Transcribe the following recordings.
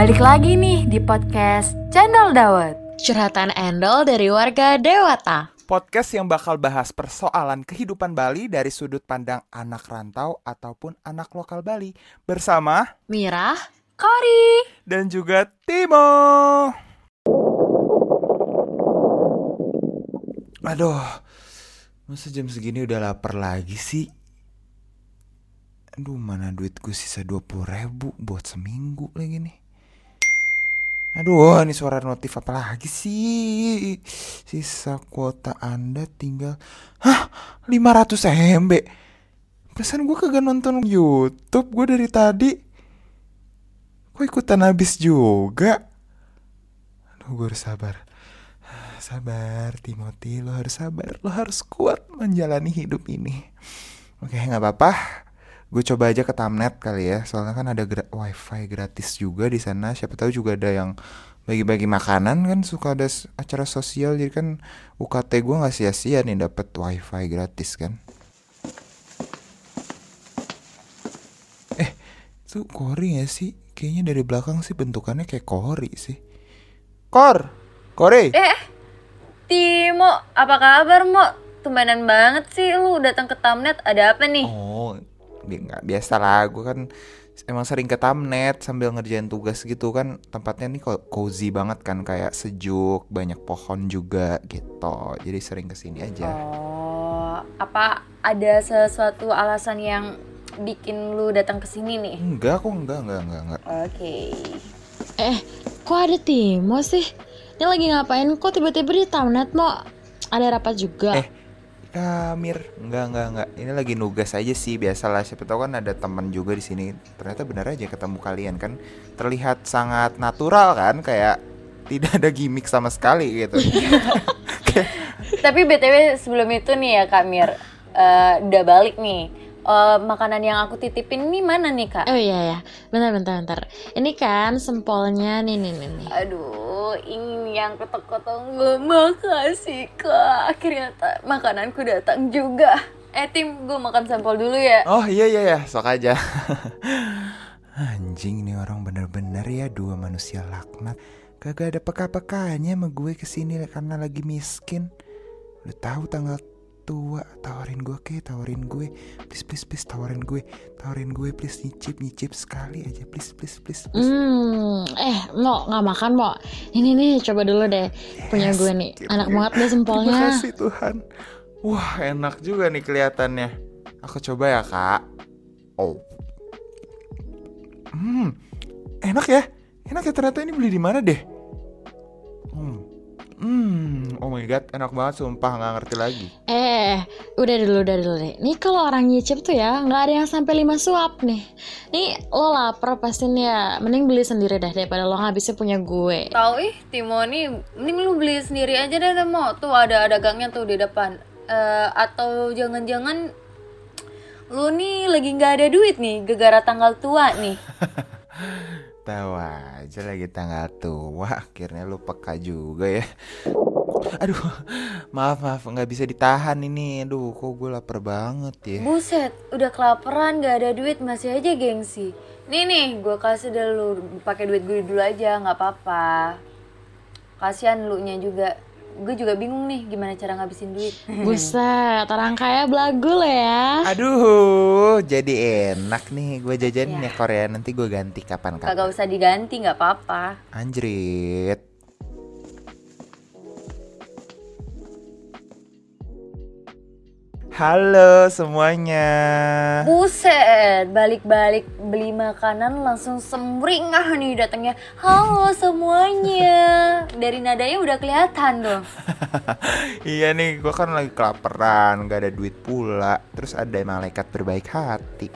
Balik lagi nih di podcast Channel Dawet. Curhatan Endol dari warga Dewata. Podcast yang bakal bahas persoalan kehidupan Bali dari sudut pandang anak rantau ataupun anak lokal Bali. Bersama Mira, Kori dan juga Timo. Aduh, masa jam segini udah lapar lagi sih? Aduh, mana duitku sisa 20.000 buat seminggu lagi nih. Aduh, ini suara notif apa lagi sih? Sisa kuota Anda tinggal 500 MB. Perasaan gue kagak nonton YouTube gue dari tadi. Kok ikutan habis juga? Aduh, gue harus sabar. Sabar, Timothy, lo harus sabar. Lo harus kuat menjalani hidup ini. Oke, gak apa-apa. Gue coba aja ke Tamnet kali ya. Soalnya kan ada wifi gratis juga di sana. Siapa tahu juga ada yang bagi-bagi makanan kan. Suka ada acara sosial. Jadi kan UKT gue gak sia-sia nih dapet wifi gratis kan. Itu Kori gak sih? Kayaknya dari belakang sih bentukannya kayak Kori sih. Kori. Timo, apa kabar Mo? Tumbenan banget sih lu datang ke Tamnet, ada apa nih? Oh, nggak biasa lah. Gue kan emang sering ke Tamnet sambil ngerjain tugas gitu kan. Tempatnya nih cozy banget kan, kayak sejuk, banyak pohon juga gitu. Jadi sering kesini aja. Oh, apa ada sesuatu alasan yang bikin lu datang ke sini nih? Enggak. Oke. kok ada Timo sih? Ini lagi ngapain kok tiba-tiba di Tamnet, Mo? Ada rapat juga? Mir, enggak. Ini lagi nugas aja sih, biasalah. Siapa tahu kan ada teman juga di sini. Ternyata benar aja ketemu kalian kan. Terlihat sangat natural kan, kayak tidak ada gimmick sama sekali gitu. Tapi BTW sebelum itu nih ya Kak Mir, udah balik nih. Makanan yang aku titipin ini mana nih Kak? Oh iya, bentar. Ini kan sempolnya nih. Aduh, ini yang ketok-ketok. Makasih Kak. Akhirnya makananku datang juga. Tim, gue makan sampel dulu ya. Oh iya, sok aja. Anjing nih orang bener-bener ya, dua manusia laknat. Kagak ada peka-pekanya sama gue kesini karena lagi miskin. Udah tahu tanggal tua, tawarin gue please tawarin gue please, nyicip sekali aja please. Mo nggak makan, Mo? Ini nih, coba dulu deh. Punya gue nih, enak banget deh sempolnya. Terima kasih Tuhan. Wah, enak juga nih kelihatannya. Aku coba ya Kak. Enak ya ternyata. Ini beli di mana deh? Oh my god, enak banget sumpah, nggak ngerti lagi. Udah dulu deh. Nih kalau orang nyicip tuh ya nggak ada yang sampai 5 suap nih. Nih lo lapar pasti nih ya, mending beli sendiri deh daripada lo ngabisin punya gue. Tahu Timo nih, mending lu beli sendiri aja deh Mo. Tuh ada dagangnya tuh di depan. Atau jangan-jangan lu nih lagi nggak ada duit nih, gegara tanggal tua nih. Tahu aja lagi tanggal tua, akhirnya lu peka juga ya. Aduh, maaf nggak bisa ditahan ini. Aduh, kok gue lapar banget ya. Buset, udah kelaparan nggak ada duit masih aja gengsi. Nih, gue kasih dulu, pakai duit gue dulu aja, nggak apa-apa. Kasian lu nya juga. Gue juga bingung nih gimana cara ngabisin duit. Buset, orang kaya belagu lo ya. Aduh, jadi enak nih gue jajanin ya Korea. Nanti gue ganti kapan-kapan. Kagak usah diganti, nggak apa-apa. Anjrit. Halo semuanya. Buset, balik-balik beli makanan langsung semringah nih datangnya. Halo semuanya. Dari nadanya udah kelihatan dong. Iya nih, gue kan lagi kelaparan, gak ada duit pula. Terus ada malaikat berbaik hati.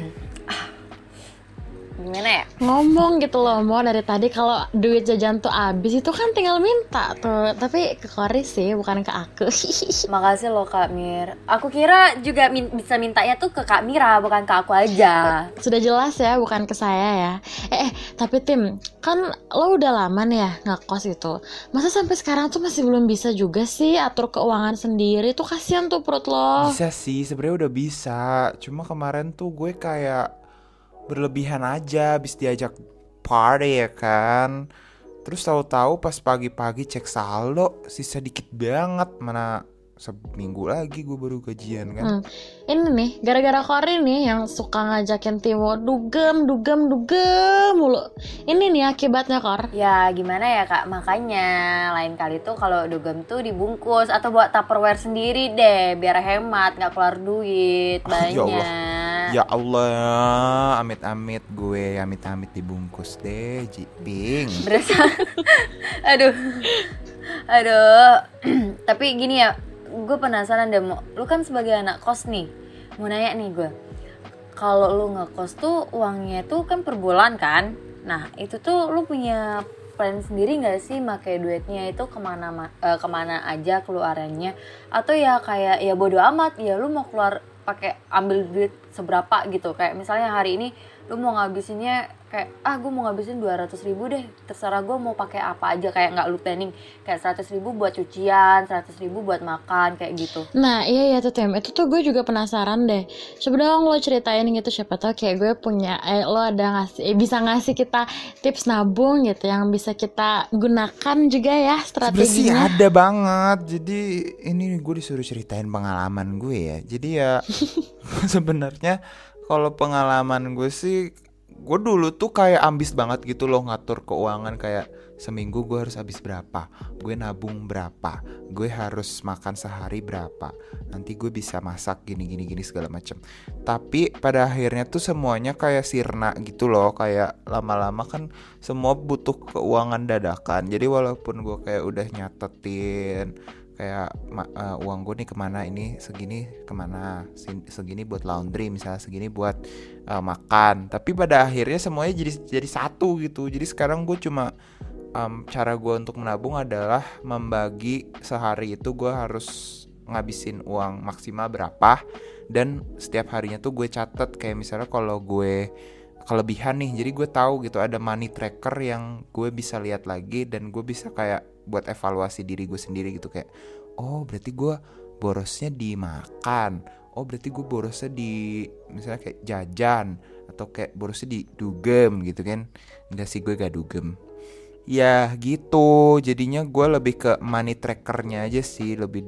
Gimana ya? Ngomong gitu loh, Mo, dari tadi kalau duit jajan tuh habis itu kan tinggal minta tuh. Tapi ke Kori sih, bukan ke aku. Makasih loh Kak Mir. Aku kira juga bisa mintanya tuh ke Kak Mira, bukan ke aku aja. Sudah jelas ya, bukan ke saya ya. Tapi Tim, kan lo udah lama nih ya ngekos itu. Masa sampai sekarang tuh masih belum bisa juga sih atur keuangan sendiri? Tuh kasihan tuh perut lo. Bisa sih, sebenarnya udah bisa. Cuma kemarin tuh gue kayak berlebihan aja, habis diajak party ya kan. Terus tahu-tahu pas pagi-pagi cek saldo sisa dikit banget, mana seminggu lagi gue baru gajian kan. Ini nih, gara-gara Kori nih yang suka ngajakin Timo dugem mulu. Ini nih akibatnya, Kor. Ya gimana ya Kak, makanya lain kali tuh kalau dugem tuh dibungkus atau buat Tupperware sendiri deh, biar hemat, nggak keluar duit banyak. Ya Allah, amit-amit dibungkus deh, Jiping. Berasa, aduh, tapi gini ya, gue penasaran deh, lu kan sebagai anak kos nih, mau nanya nih gue, kalau lu ngekos tuh uangnya tuh kan per bulan kan, nah itu tuh lu punya plan sendiri nggak sih pakai duitnya itu kemana aja keluarannya, atau ya kayak ya bodo amat ya lu mau keluar pakai ambil duit seberapa gitu, kayak misalnya hari ini lu mau ngabisinnya kayak gue mau ngabisin 200.000 deh, terserah gue mau pakai apa aja, kayak nggak lu planning, kayak 100.000 buat cucian, 100.000 buat makan kayak gitu. Nah iya tuh Tim, itu tuh gue juga penasaran deh. Sebenarnya lo ceritain gitu, siapa tau kayak gue punya lo ada ngasih bisa ngasih kita tips nabung gitu yang bisa kita gunakan juga ya strateginya. Sebenarnya sih ada banget. Jadi ini gue disuruh ceritain pengalaman gue ya. Jadi ya sebenarnya kalau pengalaman gue sih, gue dulu tuh kayak ambis banget gitu loh ngatur keuangan, kayak seminggu gue harus habis berapa, gue nabung berapa, gue harus makan sehari berapa, nanti gue bisa masak gini segala macam. Tapi pada akhirnya tuh semuanya kayak sirna gitu loh, kayak lama-lama kan semua butuh keuangan dadakan. Jadi walaupun gue kayak udah nyatetin kayak uang gue nih kemana, ini segini kemana, segini buat laundry misalnya, segini buat makan, tapi pada akhirnya semuanya jadi satu gitu. Jadi sekarang gue cuma cara gue untuk menabung adalah membagi sehari itu gue harus ngabisin uang maksimal berapa, dan setiap harinya tuh gue catat, kayak misalnya kalau gue kelebihan nih, jadi gue tahu gitu, ada money tracker yang gue bisa lihat lagi, dan gue bisa kayak buat evaluasi diri gue sendiri gitu, kayak oh berarti gue borosnya di makan, oh berarti gue borosnya di misalnya kayak jajan, atau kayak borosnya di dugem gitu kan. Enggak sih, gue gak dugem ya gitu. Jadinya gue lebih ke money trackernya aja sih, lebih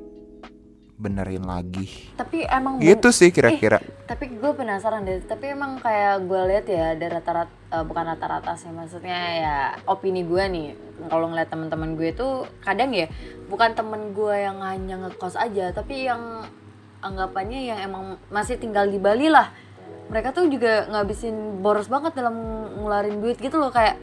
dibenerin lagi. Tapi emang gitu sih kira-kira. Tapi gue penasaran deh, tapi emang kayak gue lihat ya ada rata-rata bukan rata-rata sih, maksudnya ya opini gue nih, kalau ngeliat teman-teman gue tuh kadang ya bukan temen gue yang hanya ngekos aja, tapi yang anggapannya yang emang masih tinggal di Bali lah, mereka tuh juga ngabisin boros banget dalam ngeluarin duit gitu loh, kayak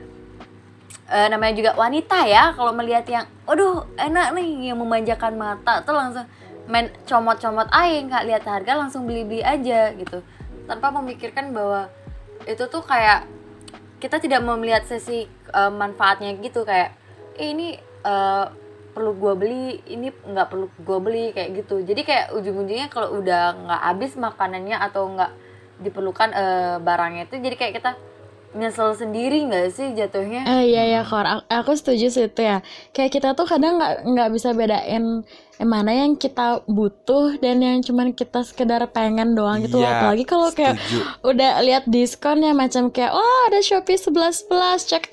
namanya juga wanita ya, kalau melihat yang aduh enak nih yang memanjakan mata tuh langsung main comot-comot aing, Kak, lihat harga langsung beli-beli aja gitu, tanpa memikirkan bahwa itu tuh kayak kita tidak mau melihat sisi manfaatnya gitu, kayak ini perlu gue beli, ini nggak perlu gue beli kayak gitu. Jadi kayak ujung-ujungnya kalau udah nggak habis makanannya atau nggak diperlukan barangnya itu, jadi kayak kita nyesel sendiri nggak sih jatuhnya? Iya Kor, aku setuju sih itu ya. Kayak kita tuh kadang nggak bisa bedain mana yang kita butuh dan yang cuman kita sekedar pengen doang gitu. Iya, Apalagi kalau kayak udah lihat diskon ya, macam kayak ada Shopee 11 check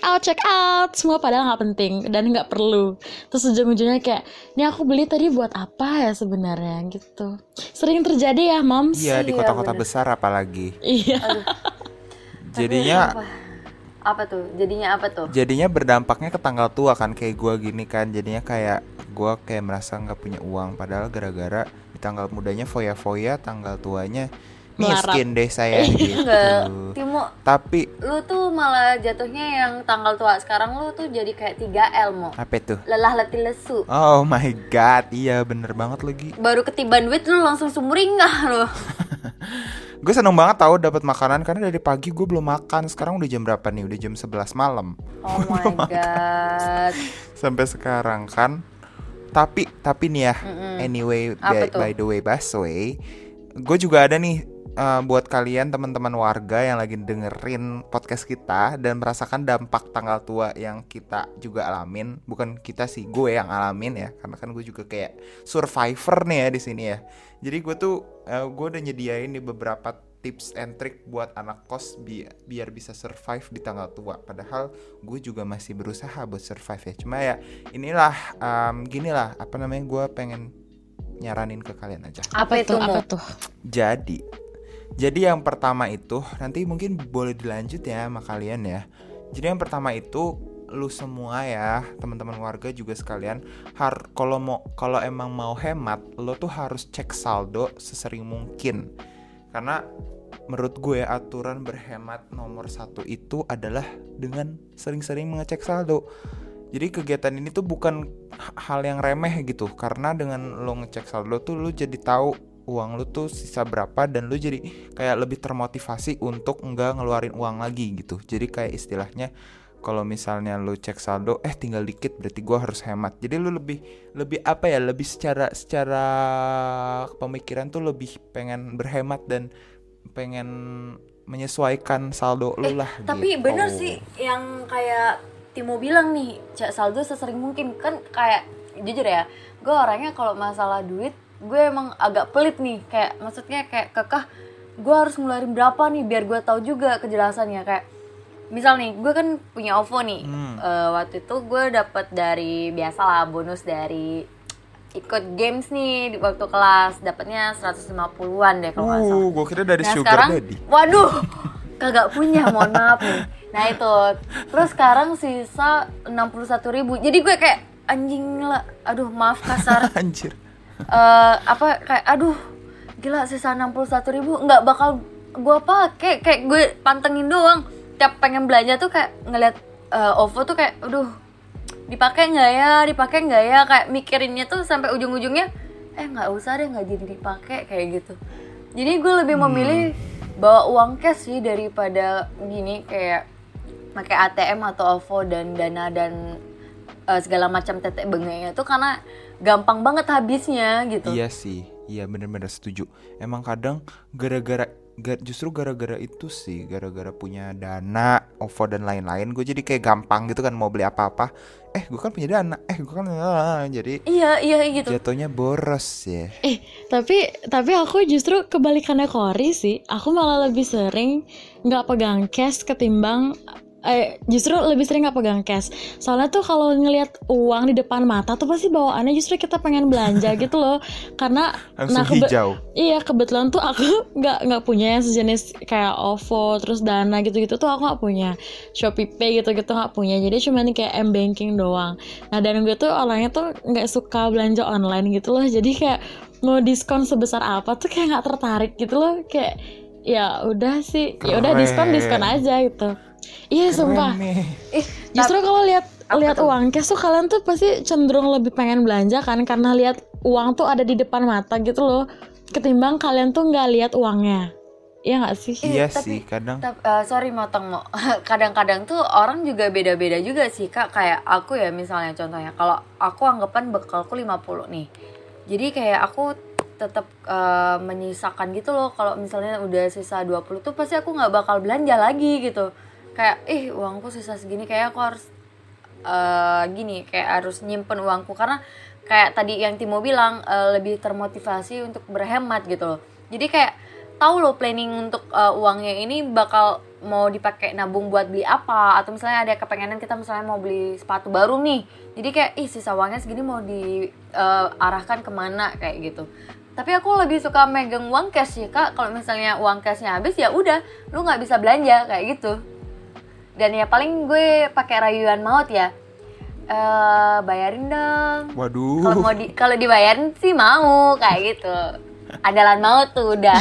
out, semua padahal nggak penting dan nggak perlu. Terus ujung-ujungnya kayak ini aku beli tadi buat apa ya sebenarnya gitu. Sering terjadi ya moms. Iya, di kota-kota besar apalagi. Iya. Jadinya apa tuh? Jadinya berdampaknya ke tanggal tua kan, kayak gue gini kan. Jadinya kayak gue kayak merasa nggak punya uang, padahal gara-gara di tanggal mudanya foya-foya, tanggal tuanya miskin deh saya gitu. Enggak, Timo. Tapi lu tuh malah jatuhnya yang tanggal tua sekarang lu tuh jadi kayak 3L mo. apa itu? Lelah letih lesu. Oh my god, iya bener banget lagi. Baru ketiban duit lu langsung sumringah lu. Gue seneng banget tahu dapat makanan, karena dari pagi gue belum makan. Sekarang udah jam berapa nih? Udah jam 11 malam. Oh my god. Sampai sekarang kan. Tapi nih ya, anyway, by the way, Baswe, gue juga ada nih buat kalian teman-teman warga yang lagi dengerin podcast kita dan merasakan dampak tanggal tua yang kita juga alamin, bukan kita sih, gue yang alamin ya, karena kan gue juga kayak survivor nih ya di sini ya. Jadi gue udah nyediain nih beberapa tips and trick buat anak kos biar bisa survive di tanggal tua. Padahal gue juga masih berusaha buat survive ya. Cuma ya inilah ginilah apa namanya, gue pengen nyaranin ke kalian aja. Apa tuh? Jadi yang pertama itu nanti mungkin boleh dilanjut ya sama kalian ya. Jadi yang pertama itu lu semua ya, teman-teman warga juga sekalian, kalau emang mau hemat, lo tuh harus cek saldo sesering mungkin. Karena menurut gue aturan berhemat nomor 1 itu adalah dengan sering-sering mengecek saldo. Jadi kegiatan ini tuh bukan hal yang remeh gitu, karena dengan lo ngecek saldo tuh lo jadi tahu uang lo tuh sisa berapa, dan lo jadi kayak lebih termotivasi untuk enggak ngeluarin uang lagi gitu. Jadi kayak istilahnya kalau misalnya lo cek saldo tinggal dikit, berarti gue harus hemat. Jadi lo lebih apa ya, lebih secara pemikiran tuh lebih pengen berhemat dan pengen menyesuaikan saldo lo lah. Tapi gitu. bener sih yang kayak Timo bilang nih, cek saldo sesering mungkin. Kan kayak jujur ya, gue orangnya kalau masalah duit gue emang agak pelit nih, kayak maksudnya kayak kekeh gue harus ngeluarin berapa nih biar gue tahu juga kejelasannya. Kayak misal nih, gue kan punya OVO nih. Waktu itu gue dapet dari biasalah bonus dari ikut games nih di waktu kelas, dapatnya 150-an deh kalau nggak salah. Gue kira dari Nah sugar sekarang, daddy. waduh, kagak punya, mohon maaf nih. Nah itu, terus sekarang sisa 61.000. Jadi gue kayak anjing lah, aduh maaf kasar. Anjir. Kayak aduh gila, sisa 61.000 nggak bakal gue pakai, kayak gue pantengin doang. Tiap pengen belanja tuh kayak ngeliat OVO tuh kayak aduh dipakai nggak ya, kayak mikirinnya tuh sampai ujung-ujungnya nggak usah deh, nggak jadi dipakai kayak gitu. Jadi gue lebih memilih bawa uang cash sih daripada gini kayak pakai ATM atau OVO dan Dana dan segala macam tetek bengeknya tuh, karena gampang banget habisnya gitu. Iya sih, iya benar-benar setuju. Emang kadang justru gara-gara itu sih, gara-gara punya Dana, OVO dan lain-lain, gue jadi kayak gampang gitu kan mau beli apa-apa. Gue kan punya Dana, gue kan jadi iya gitu. Jatuhnya boros ya. Tapi aku justru kebalikannya Kori sih. Aku malah lebih sering nggak pegang cash ketimbang justru lebih sering nggak pegang cash. Soalnya tuh kalau ngelihat uang di depan mata tuh pasti bawaannya justru kita pengen belanja gitu loh. Karena langsung hijau. Iya, kebetulan tuh aku nggak punya yang sejenis kayak OVO terus Dana gitu-gitu tuh aku nggak punya. ShopeePay gitu-gitu nggak punya. Jadi cuma nih kayak M-banking doang. Nah, dan gue tuh orangnya tuh nggak suka belanja online gitu loh. Jadi kayak mau diskon sebesar apa tuh kayak nggak tertarik gitu loh. Kayak ya udah sih, ya udah diskon aja gitu. Iya sumpah. Justru kalau lihat uang cash tuh kalian tuh pasti cenderung lebih pengen belanja kan, karena lihat uang tuh ada di depan mata gitu loh, ketimbang kalian tuh nggak lihat uangnya. Iya nggak sih? Iya sih kadang. Sorry motong mo. Kadang-kadang tuh orang juga beda-beda juga sih Kak. Kayak aku ya misalnya contohnya, kalau aku anggapan bekalku 50 nih. Jadi kayak aku tetap menyisakan gitu loh. Kalau misalnya udah sisa 20 tuh pasti aku nggak bakal belanja lagi gitu. Kayak uangku sisa segini, kayak aku harus gini, kayak harus nyimpen uangku, karena kayak tadi yang Timo bilang lebih termotivasi untuk berhemat gitu loh. Jadi kayak tahu loh planning untuk uangnya ini bakal mau dipakai nabung buat beli apa, atau misalnya ada kepengenan kita misalnya mau beli sepatu baru nih, jadi kayak sisa uangnya segini mau diarahkan kemana kayak gitu. Tapi aku lebih suka megang uang cash sih Kak. Kalau misalnya uang cashnya habis ya udah, lu nggak bisa belanja kayak gitu. Dan ya paling gue pakai rayuan maut ya, bayarin dong. Waduh. Kalau dibayarin sih mau kayak gitu. Andalan maut tuh udah.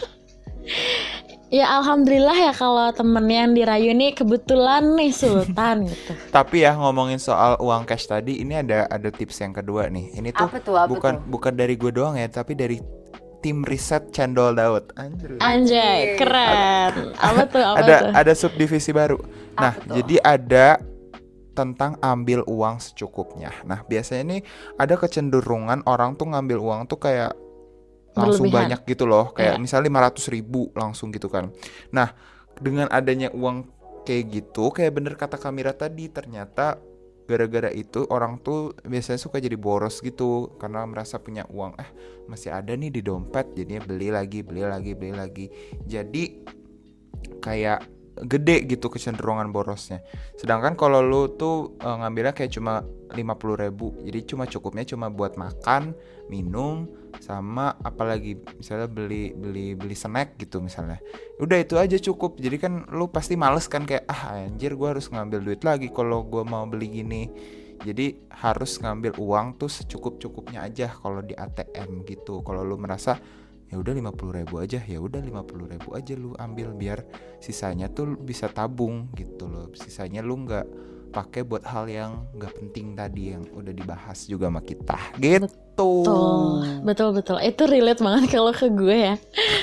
Ya alhamdulillah ya kalau temen yang dirayu nih kebetulan nih sultan gitu. Tapi ya ngomongin soal uang cash tadi, ini ada tips yang kedua nih. Ini tuh bukan dari gue doang ya, tapi dari tim riset Cendol Daud. Anjay, keren. Apa tuh? Ada subdivisi baru. Nah, jadi ada tentang ambil uang secukupnya. Nah, biasanya ini ada kecenderungan orang tuh ngambil uang tuh kayak langsung Berlebihan. banyak gitu loh, kayak Iya. misalnya 500.000 langsung gitu kan. Nah, dengan adanya uang kayak gitu, kayak bener kata Kamira tadi, ternyata gara-gara itu orang tuh biasanya suka jadi boros gitu karena merasa punya uang, masih ada nih di dompet, jadinya beli lagi. Jadi kayak gede gitu kecenderungan borosnya. Sedangkan kalau lu tuh ngambilnya kayak cuma 50.000, jadi cukupnya cuma buat makan, minum, sama apalagi misalnya beli snack gitu misalnya. Udah itu aja cukup. Jadi kan lu pasti males kan, kayak anjir gue harus ngambil duit lagi kalau gue mau beli gini. Jadi harus ngambil uang tuh secukup-cukupnya aja kalau di ATM gitu. Kalau lu merasa ya udah 50.000 aja, ya udah 50.000 aja lu ambil, biar sisanya tuh bisa tabung gitu loh. Sisanya lu nggak pakai buat hal yang nggak penting tadi yang udah dibahas juga sama kita gitu. Betul. Itu relate banget kalau ke gue ya.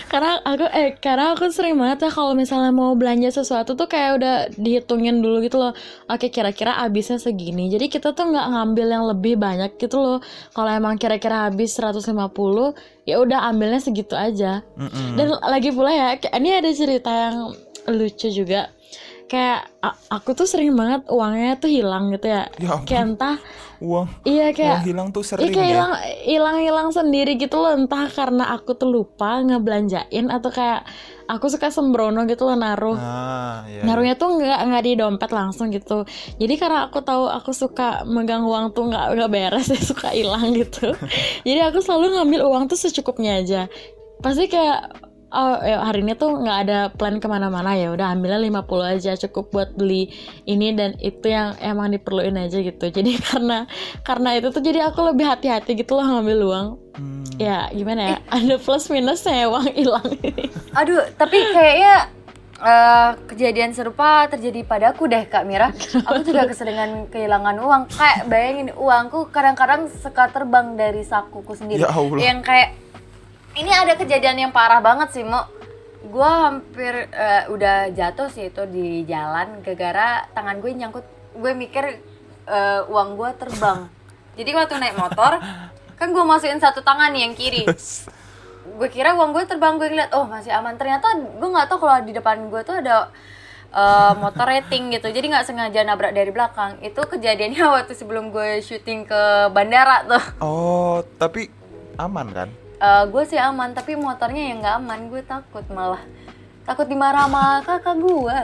Karena aku sering banget ya kalau misalnya mau belanja sesuatu tuh kayak udah dihitungin dulu gitu loh. Oke, kira-kira habisnya segini. Jadi kita tuh nggak ngambil yang lebih banyak gitu loh. Kalau emang kira-kira habis 150, ya udah ambilnya segitu aja. Dan lagi pula ya, ini ada cerita yang lucu juga. Kayak aku tuh sering banget uangnya tuh hilang gitu ya. Ya ampun. Kayak entah Uang kayak hilang tuh sering kayak ya. hilang sendiri gitu loh, entah karena aku tuh lupa ngebelanjain atau kayak aku suka sembrono gitu loh naruhnya tuh nggak di dompet langsung gitu. Jadi karena aku tahu aku suka megang uang tuh nggak beres ya, suka hilang gitu. Jadi aku selalu ngambil uang tuh secukupnya aja. Pasti kayak hari ini tuh nggak ada plan kemana-mana, ya udah ambilnya 50 aja, cukup buat beli ini dan itu yang emang diperluin aja gitu. Jadi karena itu tuh jadi aku lebih hati-hati gitu loh ngambil uang. Ya gimana ya, ada plus minusnya ya uang hilang ini. Aduh, tapi kayaknya kejadian serupa terjadi padaku deh Kak Mira. Aku juga keseringan kehilangan uang. Kayak bayangin, uangku kadang-kadang suka terbang dari sakuku sendiri. Ya Allah. Yang kayak ini ada kejadian yang parah banget sih, Mo. Gue hampir udah jatuh sih itu di jalan gara-gara tangan gue nyangkut. Gue mikir uang gue terbang. Jadi waktu naik motor kan gue masukin satu tangan nih yang kiri. Gue kira uang gue terbang, gue ngeliat masih aman. Ternyata gue nggak tahu kalau di depan gue tuh ada motor rating gitu. Jadi nggak sengaja nabrak dari belakang. Itu kejadiannya waktu sebelum gue syuting ke bandara tuh. Oh, tapi aman kan? Gue sih aman, tapi motornya yang nggak aman. Gue takut dimarah sama kakak gue.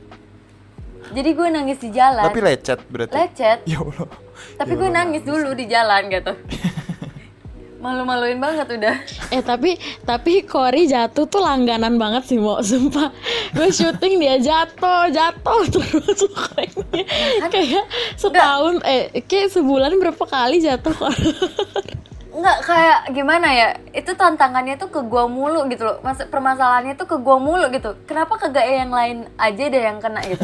Jadi gue nangis di jalan. Tapi lecet berarti. Lecet. Ya Allah. Tapi gue nangis dulu di jalan gitu. Malu-maluin banget udah. Tapi Cory jatuh tuh langganan banget sih, Mo, sumpah. Gue syuting dia jatuh terus pokoknya. Kayak setahun kayak sebulan berapa kali jatuh kok. Enggak, kayak gimana ya, itu tantangannya tuh ke gua mulu gitu loh. Permasalahannya tuh ke gua mulu gitu. Kenapa kagak yang lain aja deh yang kena gitu.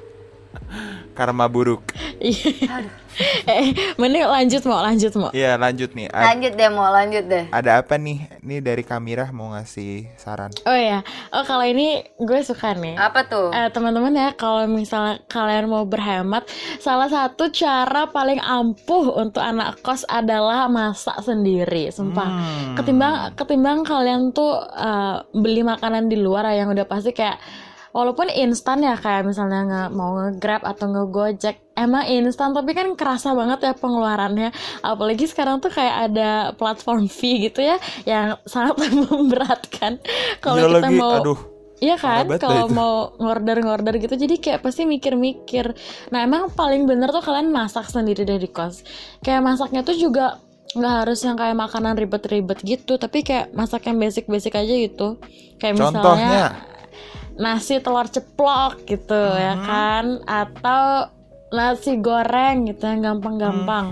Karma buruk. Aduh. Mending lanjut Mo. Iya, lanjut nih. Lanjut deh. Ada apa nih? Ini dari Kamira mau ngasih saran. Oh ya, kalau ini gue suka nih. Apa tuh? Teman-teman ya, kalau misalnya kalian mau berhemat, salah satu cara paling ampuh untuk anak kos adalah masak sendiri, sumpah. Ketimbang kalian tuh beli makanan di luar yang udah pasti kayak walaupun instan ya, kayak misalnya mau nge-Grab atau nge-Gojek, emang instan tapi kan kerasa banget ya pengeluarannya. Apalagi sekarang tuh kayak ada platform fee gitu ya yang sangat memberatkan kalau kita lagi, mau iya kan, kalau itu. mau ngorder gitu, jadi kayak pasti mikir-mikir. Nah emang paling bener tuh kalian masak sendiri deh di kos. Kayak masaknya tuh juga nggak harus yang kayak makanan ribet-ribet gitu, tapi kayak masak yang basic-basic aja gitu. Kayak misalnya Contohnya nasi telur ceplok gitu ya kan, atau nasi goreng gitu yang gampang-gampang.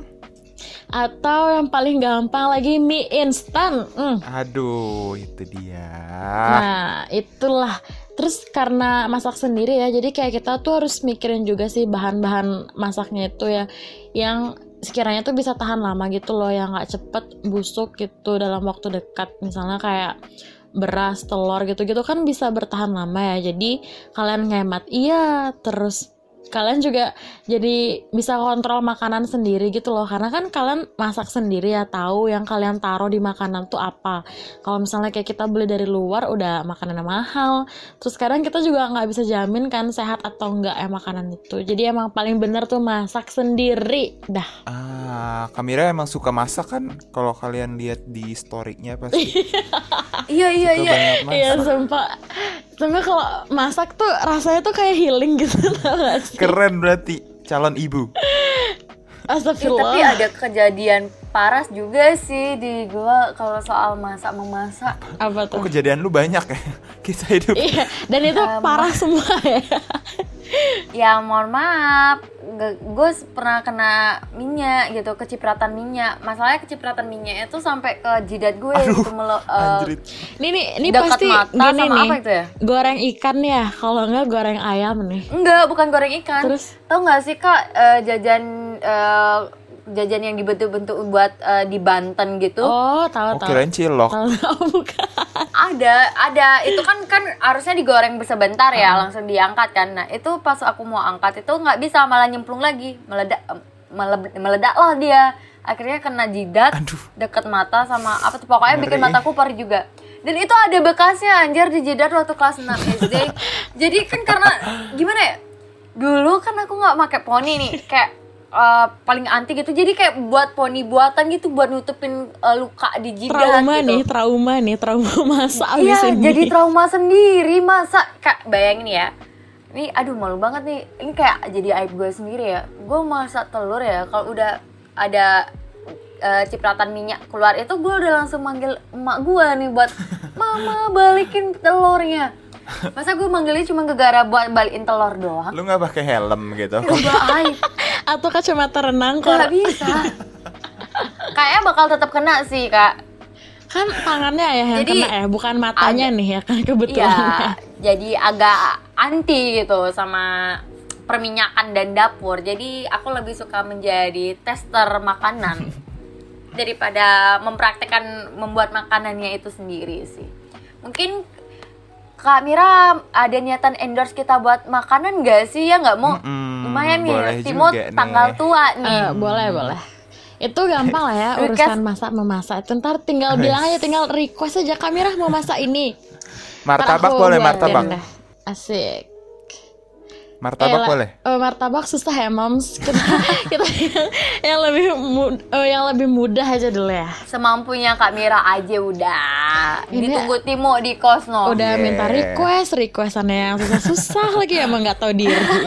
Atau yang paling gampang lagi mie instan. Aduh, itu dia. Nah, itulah. Terus karena masak sendiri ya, jadi kayak kita tuh harus mikirin juga sih bahan-bahan masaknya itu ya, yang sekiranya tuh bisa tahan lama gitu loh, yang nggak cepet busuk gitu dalam waktu dekat. Misalnya kayak beras, telur gitu-gitu kan bisa bertahan lama ya. Jadi kalian ngehemat terus kalian juga jadi bisa kontrol makanan sendiri gitu loh, karena kan kalian masak sendiri ya, tahu yang kalian taruh di makanan tuh apa. Kalau misalnya kayak kita beli dari luar udah makanannya mahal, terus kadang kita juga nggak bisa jamin kan sehat atau enggak ya makanan itu. Jadi emang paling bener tuh masak sendiri dah. Kamira emang suka masak kan? Kalau kalian lihat di story-nya pasti. Iya. Banyak masak. Iya sumpah kalau masak tuh rasanya tuh kayak healing gitu. Tau gak sih? Keren berarti calon ibu. Astagfirullah. Tapi ada kejadian paras juga sih di gua kalau soal memasak. Apa tuh? Kok kejadian lu banyak ya? Kita hidup. Iya, dan itu parah semua ya. Ya mohon maaf, gue pernah kena minyak gitu, kecipratan minyak. Masalahnya kecipratan minyak itu sampai ke jidat gue gitu, Anjrit. Ini dekat pasti mata gini sama nih. apa itu ya? Goreng ikan ya, kalau enggak goreng ayam nih. Enggak, bukan goreng ikan. Terus? Tahu nggak sih Kak, jajan yang dibentuk-bentuk buat di Banten gitu? Oh, tahu. Kirain cilok. Tahu bukan. Ada. Itu kan harusnya digoreng sebentar ya, langsung diangkat kan. Nah, itu pas aku mau angkat itu nggak bisa, malah nyemplung lagi. Meledak lah dia. Akhirnya kena jidat, dekat mata sama apa tuh, pokoknya bikin mataku perih juga. Dan itu ada bekasnya anjir di jidat waktu kelas 6 SD. Jadi kan karena gimana ya? Dulu kan aku nggak pakai poni nih, kayak paling anti gitu, jadi kayak buat poni buatan gitu buat nutupin luka di jidat Trauma masa iya, abis ini. jadi trauma sendiri. Masa Kak, bayangin ya, ini aduh malu banget nih, ini kayak jadi aib gue sendiri ya. Gue masak telur ya, kalau udah ada cipratan minyak keluar itu gue udah langsung manggil emak gue nih buat mama balikin telurnya. Masa gue manggilnya cuma gegara buat balikin telur doang? Lu nggak pakai helm gitu? Coba aib. Atau kacamata renang kok. Gak bisa. Kayaknya bakal tetap kena sih Kak. Kan tangannya ya yang Jadi, kena ya, bukan matanya nih ya kan kebetulan. Iya, jadi agak anti gitu sama perminyakan dan dapur. Jadi aku lebih suka menjadi tester makanan daripada mempraktekkan membuat makanannya itu sendiri sih. Mungkin Kak Mira ada niatan endorse kita buat makanan gak sih? Ya nggak mau? Lumayan nih, Timo tanggal tua nih. Boleh. Itu gampang lah ya urusan memasak. Ntar tinggal bilang aja, tinggal request aja, Kak Mira mau masak ini. Martabak boleh, martabak. Asik. Martabak boleh. Martabak susah ya, Moms. Kita yang lebih mudah aja dulu ya. Semampunya Kak Mira aja udah. Ditunggu Timo di kos no. Udah minta requestannya yang susah-susah lagi, emang nggak tahu diri.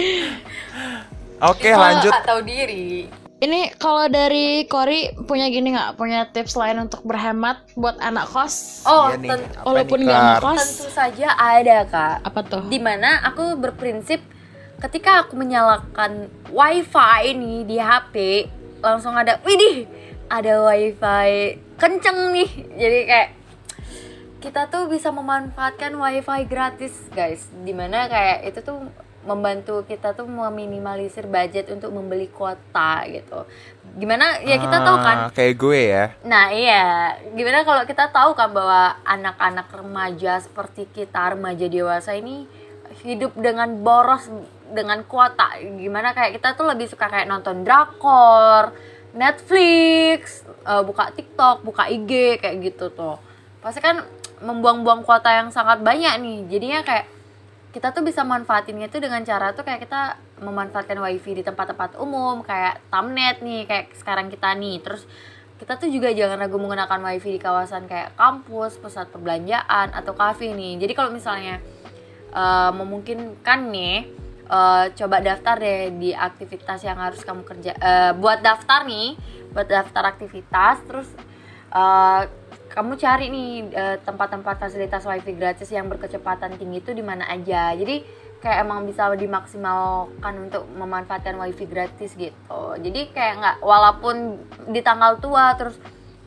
Oke, lanjut. Nggak tahu diri. Ini kalau dari Kori punya gini nggak? Punya tips lain untuk berhemat buat anak kos? Oh, Iya nih, walaupun apa nih, nggak Kar? ngekos. tentu saja ada Kak. Apa tuh? Dimana aku berprinsip ketika aku menyalakan wifi nih di HP, langsung ada, widih, ada wifi kenceng nih. Jadi kayak kita tuh bisa memanfaatkan wifi gratis guys. Dimana kayak itu tuh membantu kita tuh meminimalisir budget untuk membeli kuota gitu. Gimana ya kita tahu kan. Kayak gue ya. Nah iya, gimana kalau kita tahu kan bahwa anak-anak remaja seperti kita, remaja dewasa ini hidup dengan boros dengan kuota. Gimana kayak kita tuh lebih suka kayak nonton drakor, Netflix, buka TikTok, buka IG kayak gitu tuh. Pasti kan membuang-buang kuota yang sangat banyak nih. Jadinya kayak kita tuh bisa manfaatinnya tuh dengan cara tuh kayak kita memanfaatkan wifi di tempat-tempat umum kayak Tamnet nih, kayak sekarang kita nih. Terus kita tuh juga jangan ragu menggunakan wifi di kawasan kayak kampus, pusat perbelanjaan atau kafe nih. Jadi kalau misalnya memungkinkan nih, coba daftar deh di aktivitas yang harus kamu kerja. Buat daftar aktivitas, terus kamu cari nih tempat-tempat fasilitas wifi gratis yang berkecepatan tinggi itu di mana aja. Jadi kayak emang bisa dimaksimalkan untuk memanfaatkan wifi gratis gitu. Jadi kayak nggak, walaupun di tanggal tua terus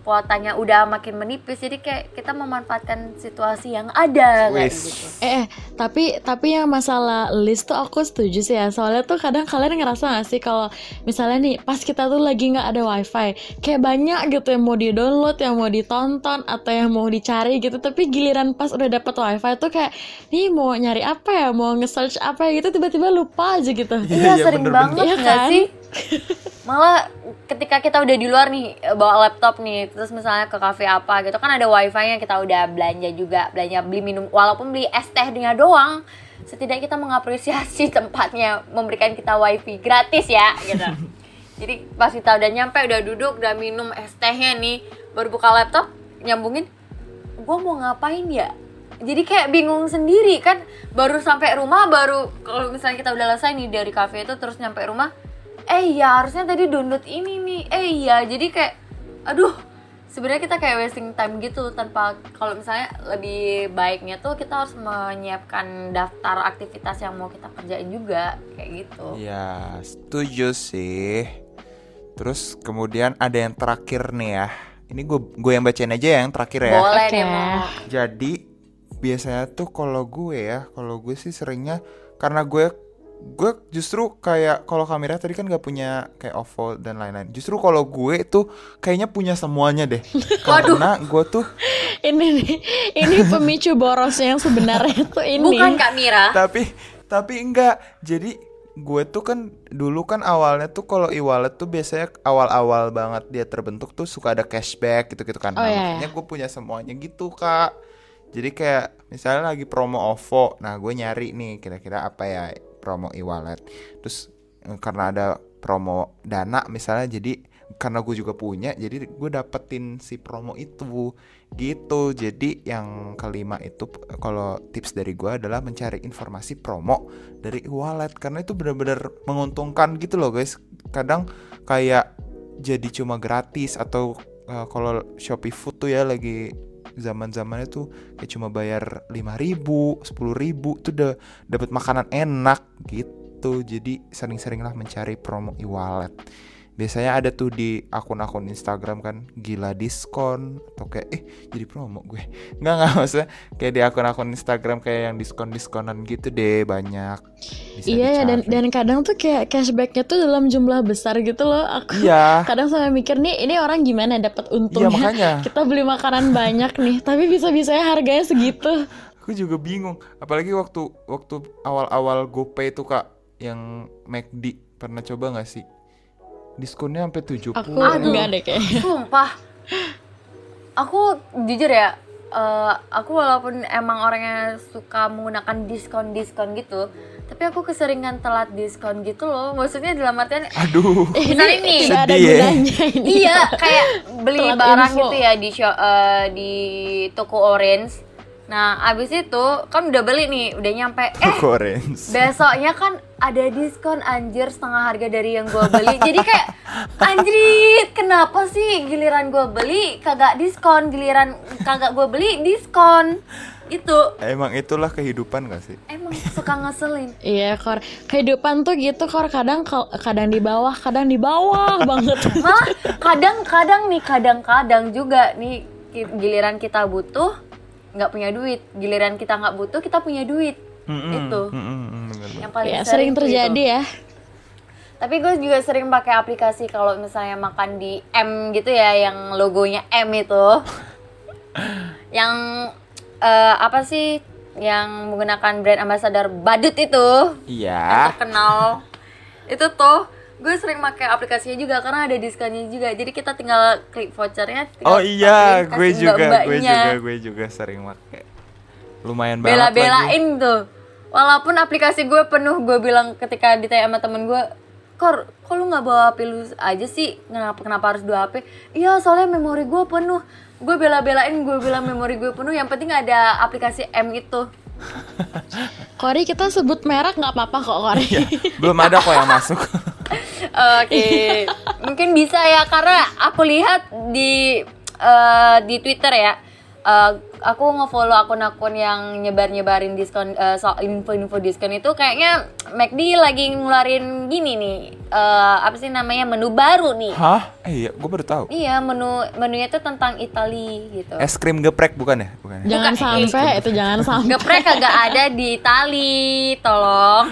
kuotanya udah makin menipis, jadi kayak kita memanfaatkan situasi yang ada kayak Wis. gitu. Tapi yang masalah list tuh aku setuju sih ya. Soalnya tuh kadang kalian ngerasa gak sih kalau misalnya nih pas kita tuh lagi nggak ada wifi, kayak banyak gitu yang mau di-download, yang mau ditonton atau yang mau dicari gitu. Tapi giliran pas udah dapet wifi tuh kayak nih mau nyari apa ya, mau nge-search apa ya gitu, tiba-tiba lupa aja gitu. Iya, sering bener-bener. banget Iya nggak kan? sih? Malah ketika kita udah di luar nih bawa laptop nih, terus misalnya ke kafe apa gitu kan ada wifi-nya, kita udah belanja beli minum, walaupun beli es tehnya doang, setidaknya kita mengapresiasi tempatnya memberikan kita wifi gratis ya gitu. Jadi pas kita udah nyampe, udah duduk, udah minum es tehnya nih, baru buka laptop, nyambungin, gue mau ngapain ya? Jadi kayak bingung sendiri kan, baru sampai rumah, baru kalau misalnya kita udah selesai nih dari kafe itu terus nyampe rumah, ya harusnya tadi download ini nih, ya jadi kayak, aduh, sebenarnya kita kayak wasting time gitu, tanpa, kalau misalnya lebih baiknya tuh kita harus menyiapkan daftar aktivitas yang mau kita kerjain juga, kayak gitu. Ya, setuju sih. Terus kemudian ada yang terakhir nih ya. Ini gue yang bacain aja ya yang terakhir ya. Boleh Oke. deh, Mo. Jadi biasanya tuh kalau gue sih seringnya karena gue justru kayak kalau kamera tadi kan gak punya kayak OVO dan lain-lain. Justru kalau gue tuh kayaknya punya semuanya deh. Karena gue tuh ini pemicu borosnya yang sebenarnya tuh ini. Bukan Kak Mira. tapi enggak. Jadi gue tuh kan dulu kan awalnya tuh kalau e-wallet tuh biasanya awal-awal banget dia terbentuk tuh suka ada cashback gitu-gitu kan. Oh, Nah, iya, makanya gue punya semuanya gitu, Kak. Jadi kayak misalnya lagi promo OVO, nah gue nyari nih kira-kira apa ya promo e-wallet. Terus karena ada promo Dana misalnya, jadi karena gue juga punya, jadi gue dapetin si promo itu gitu. Jadi yang kelima itu kalau tips dari gue adalah mencari informasi promo dari e-wallet, karena itu benar-benar menguntungkan gitu loh guys. Kadang kayak jadi cuma gratis, atau kalau Shopee Food tuh ya lagi zaman-zamannya tuh kayak cuma bayar 5.000, 10.000 tuh udah dapat makanan enak gitu. Jadi sering-seringlah mencari promo e-wallet. Biasanya ada tuh di akun-akun Instagram kan, gila diskon atau kayak jadi promo gue. Enggak maksudnya kayak di akun-akun Instagram kayak yang diskon-diskonan gitu deh, banyak. Bisa Iya ya, dicari. dan kadang tuh kayak cashbacknya tuh dalam jumlah besar gitu loh. Aku Iya. kadang sampai mikir nih, ini orang gimana dapat untungnya? Iya, makanya. Kita beli makanan banyak nih, tapi bisa-bisanya harganya segitu. Aku juga bingung, apalagi waktu awal-awal GoPay tuh Kak, yang McD, pernah coba nggak sih? Diskonnya sampai 70. Aku enggak deh kayaknya. Sumpah, aku jujur ya, aku walaupun emang orangnya suka menggunakan diskon gitu, tapi aku keseringan telat diskon gitu loh. Maksudnya dalam artian, Aduh. misalnya nih, Tidak ada sedih ya. gunanya ini. iya kayak beli Telat barang info. gitu ya di toko Orange. Nah abis itu kan udah beli nih, udah nyampe, Orange. besoknya kan ada diskon anjir setengah harga dari yang gue beli. Jadi kayak anjrit, kenapa sih giliran gue beli kagak diskon, giliran kagak gue beli diskon. Itu Emang itulah kehidupan gak sih? emang suka ngeselin. Iya, Kor. Kehidupan tuh gitu, Kor. Kadang di bawah banget. Malah kadang-kadang juga nih giliran kita butuh nggak punya duit, giliran kita nggak butuh kita punya duit. Itu Bener-bener. yang paling Ya, sering tuh terjadi itu. ya. Tapi gue juga sering pakai aplikasi kalau misalnya makan di M gitu ya, yang logonya M itu. Yang apa sih, yang menggunakan brand ambassador Badut itu, yang Iya. terkenal. Itu tuh gue sering pakai aplikasinya juga karena ada diskonnya juga. Jadi kita tinggal klik vouchernya. Oh iya, pakein, kasih gue juga sering pakai. Lumayan banget lagi. bela-belain tuh. Walaupun aplikasi gue penuh, gue bilang ketika ditanya sama temen gue, Kor, kok lu gak bawa HP lu aja sih? Kenapa harus 2 HP? Iya, soalnya memori gue penuh. Gue bela-belain, gue bilang memori gue penuh, yang penting ada aplikasi M itu. Kori, kita sebut merek nggak apa-apa kok, Kori. Iya, belum ada kok yang masuk. Oke. Mungkin bisa ya, karena aku lihat di Twitter ya, aku nge-follow akun-akun yang nyebarin diskon, soal info-info diskon itu kayaknya McD lagi ngeluarin gini nih, apa sih namanya, menu baru nih. Hah? Iya, gue baru tahu. Iya, menunya itu tentang Itali gitu. Es krim geprek bukan ya? Bukan ya? Jangan sampai itu jangan sampai. Geprek kagak ada di Itali, tolong.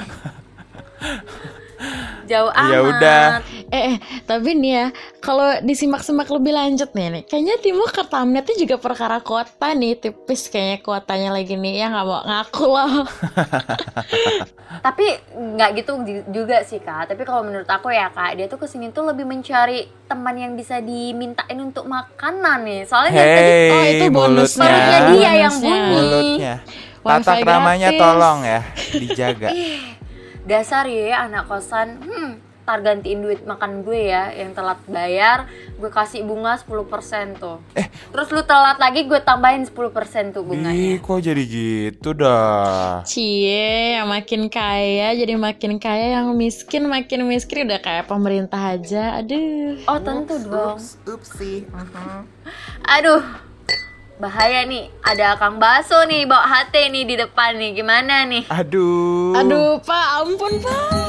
Jauh amat. Ya udah. Tapi nih ya, kalau disimak-simak lebih lanjut nih, kayaknya Timo ke Tamnetnya juga perkara kuota nih, tipis kayaknya kuotanya lagi nih, ya nggak mau ngaku loh. Tapi nggak gitu juga sih Kak. Tapi kalau menurut aku ya Kak, dia tuh kesini tuh lebih mencari teman yang bisa dimintain untuk makanan nih. Soalnya dari tadi Oh, itu bonusnya. perutnya dia yang Bonusnya. bunyi. Mulutnya. Wifi Tata keramanya gratis. tolong ya, dijaga. Dasar ya anak kosan. Tar gantiin duit makan gue ya yang telat bayar, gue kasih bunga 10% tuh. Terus lu telat lagi gue tambahin 10% tuh Ih, bunganya. kok jadi gitu dah. Cie, yang makin kaya jadi makin kaya, yang miskin makin miskin, udah kayak pemerintah aja. Aduh. Oh tentu dong. Upsi. Aduh, bahaya nih. Ada Kang Baso nih bawa HT nih di depan nih. Gimana nih? Aduh. Aduh, Pak, ampun, Pak.